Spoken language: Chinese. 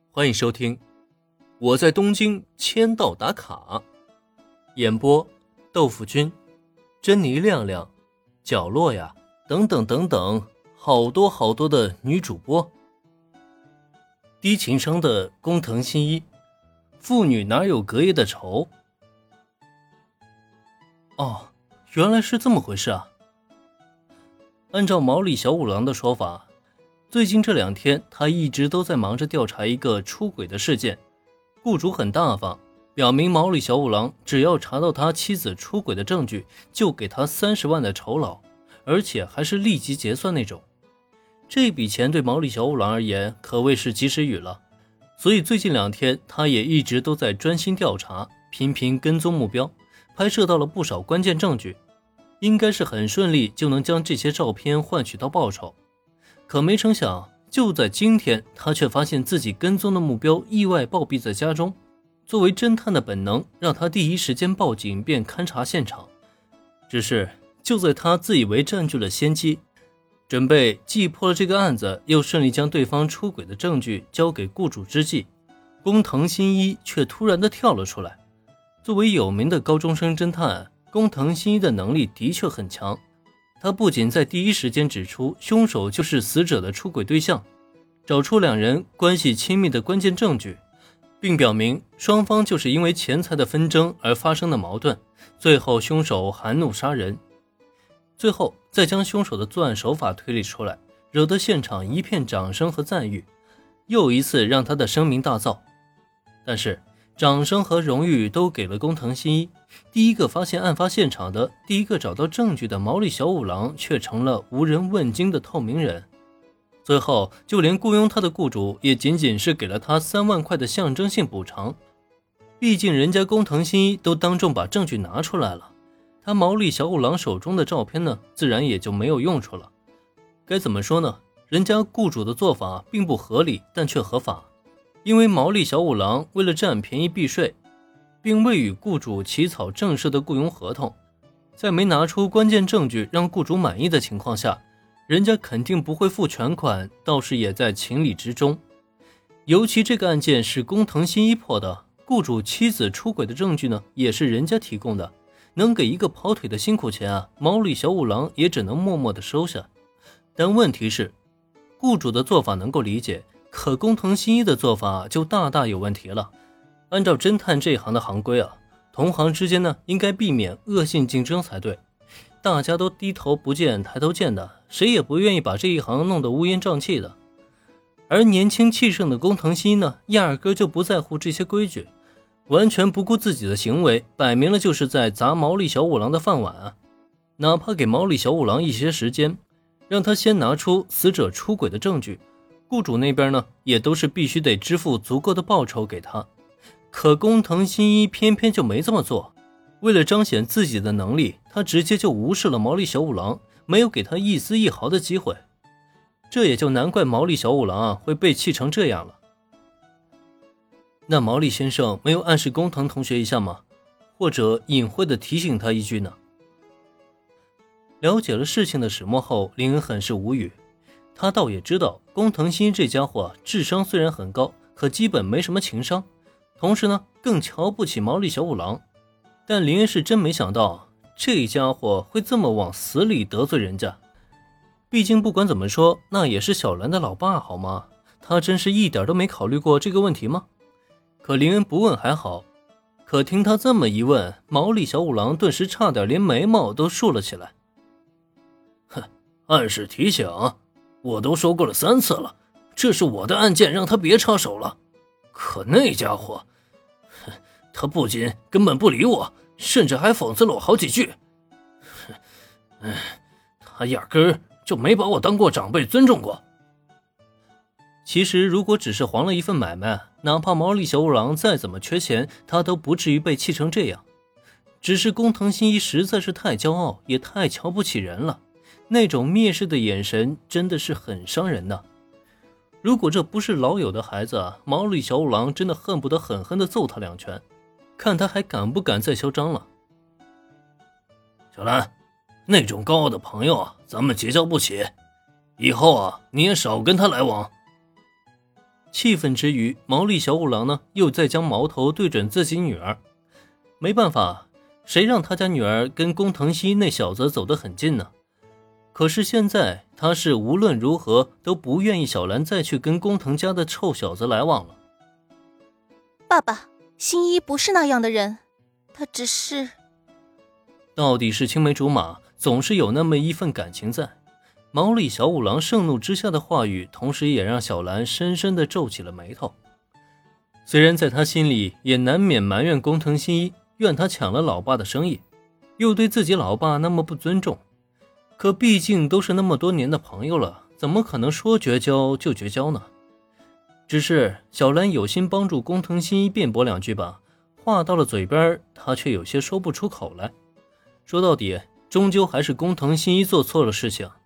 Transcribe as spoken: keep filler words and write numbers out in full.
欢迎收听我在东京签到打卡，演播豆腐君、珍妮亮亮、角落呀等等等等，好多好多的女主播。低情商的工藤新一，妇女哪有隔夜的仇？哦，原来是这么回事啊。按照毛利小五郎的说法，最近这两天他一直都在忙着调查一个出轨的事件，雇主很大方，表明毛利小五郎只要查到他妻子出轨的证据，就给他三十万的酬劳，而且还是立即结算那种。这笔钱对毛利小五郎而言可谓是及时雨了，所以最近两天他也一直都在专心调查，频频跟踪目标，拍摄到了不少关键证据，应该是很顺利就能将这些照片换取到报酬。可没成想，就在今天，他却发现自己跟踪的目标意外暴毙在家中。作为侦探的本能，让他第一时间报警并勘察现场。只是就在他自以为占据了先机，准备既破了这个案子，又顺利将对方出轨的证据交给雇主之际，工藤新一却突然的跳了出来。作为有名的高中生侦探，工藤新一的能力的确很强。他不仅在第一时间指出凶手就是死者的出轨对象，找出两人关系亲密的关键证据，并表明双方就是因为钱财的纷争而发生的矛盾，最后凶手含怒杀人，最后再将凶手的作案手法推理出来，惹得现场一片掌声和赞誉，又一次让他的声名大噪。但是掌声和荣誉都给了工藤新一，第一个发现案发现场的，第一个找到证据的毛利小五郎却成了无人问津的透明人。最后就连雇佣他的雇主也仅仅是给了他三万块的象征性补偿，毕竟人家工藤新一都当众把证据拿出来了，他毛利小五郎手中的照片呢，自然也就没有用处了。该怎么说呢，人家雇主的做法并不合理，但却合法。因为毛利小五郎为了占便宜避税，并未与雇主起草正式的雇佣合同，在没拿出关键证据让雇主满意的情况下，人家肯定不会付全款，倒是也在情理之中。尤其这个案件是工藤新一破的，雇主妻子出轨的证据呢，也是人家提供的，能给一个跑腿的辛苦钱啊，毛利小五郎也只能默默地收下。但问题是，雇主的做法能够理解，可工藤新一的做法就大大有问题了。按照侦探这一行的行规啊，同行之间呢，应该避免恶性竞争才对。大家都低头不见抬头见的，谁也不愿意把这一行弄得乌烟瘴气的。而年轻气盛的工藤新一呢，压根就不在乎这些规矩，完全不顾自己的行为，摆明了就是在砸毛利小五郎的饭碗啊。哪怕给毛利小五郎一些时间，让他先拿出死者出轨的证据，雇主那边呢，也都是必须得支付足够的报酬给他。可工藤新一偏偏就没这么做，为了彰显自己的能力，他直接就无视了毛利小五郎，没有给他一丝一毫的机会。这也就难怪毛利小五郎啊会被气成这样了。那毛利先生没有暗示工藤同学一下吗？或者隐晦的提醒他一句呢？了解了事情的始末后，林恩很是无语。他倒也知道工藤新一这家伙智商虽然很高，可基本没什么情商，同时呢更瞧不起毛利小五郎。但林恩是真没想到这家伙会这么往死里得罪人家，毕竟不管怎么说那也是小兰的老爸好吗？他真是一点都没考虑过这个问题吗？可林恩不问还好，可听他这么一问，毛利小五郎顿时差点连眉毛都竖了起来。 哼，暗示提醒，我都说过了三次了，这是我的案件，让他别插手了。可那家伙，哼，他不仅根本不理我，甚至还讽刺了我好几句。哼，他压根儿就没把我当过长辈尊重过。 其实如果只是黄了一份买卖，哪怕毛利小五郎再怎么缺钱，他都不至于被气成这样。只是工藤新一实在是太骄傲，也太瞧不起人了，那种蔑视的眼神真的是很伤人的。如果这不是老友的孩子，毛利小五郎真的恨不得狠狠地揍他两拳，看他还敢不敢再嚣张了。 小兰，那种高傲的朋友啊，咱们结交不起，以后啊，你也少跟他来往。 气愤之余，毛利小五郎呢又再将矛头对准自己女儿。没办法，谁让他家女儿跟工藤新一那小子走得很近呢？可是现在他是无论如何都不愿意小兰再去跟工藤家的臭小子来往了。 爸爸，新一不是那样的人，他只是…… 到底是青梅竹马，总是有那么一份感情在。毛利小五郎盛怒之下的话语，同时也让小兰深深地皱起了眉头。虽然在他心里也难免埋怨工藤新一，怨他抢了老爸的生意，又对自己老爸那么不尊重，可毕竟都是那么多年的朋友了，怎么可能说绝交就绝交呢？只是小兰有心帮助工藤新一辩驳两句吧，话到了嘴边，他却有些说不出口来。说到底，终究还是工藤新一做错了事情。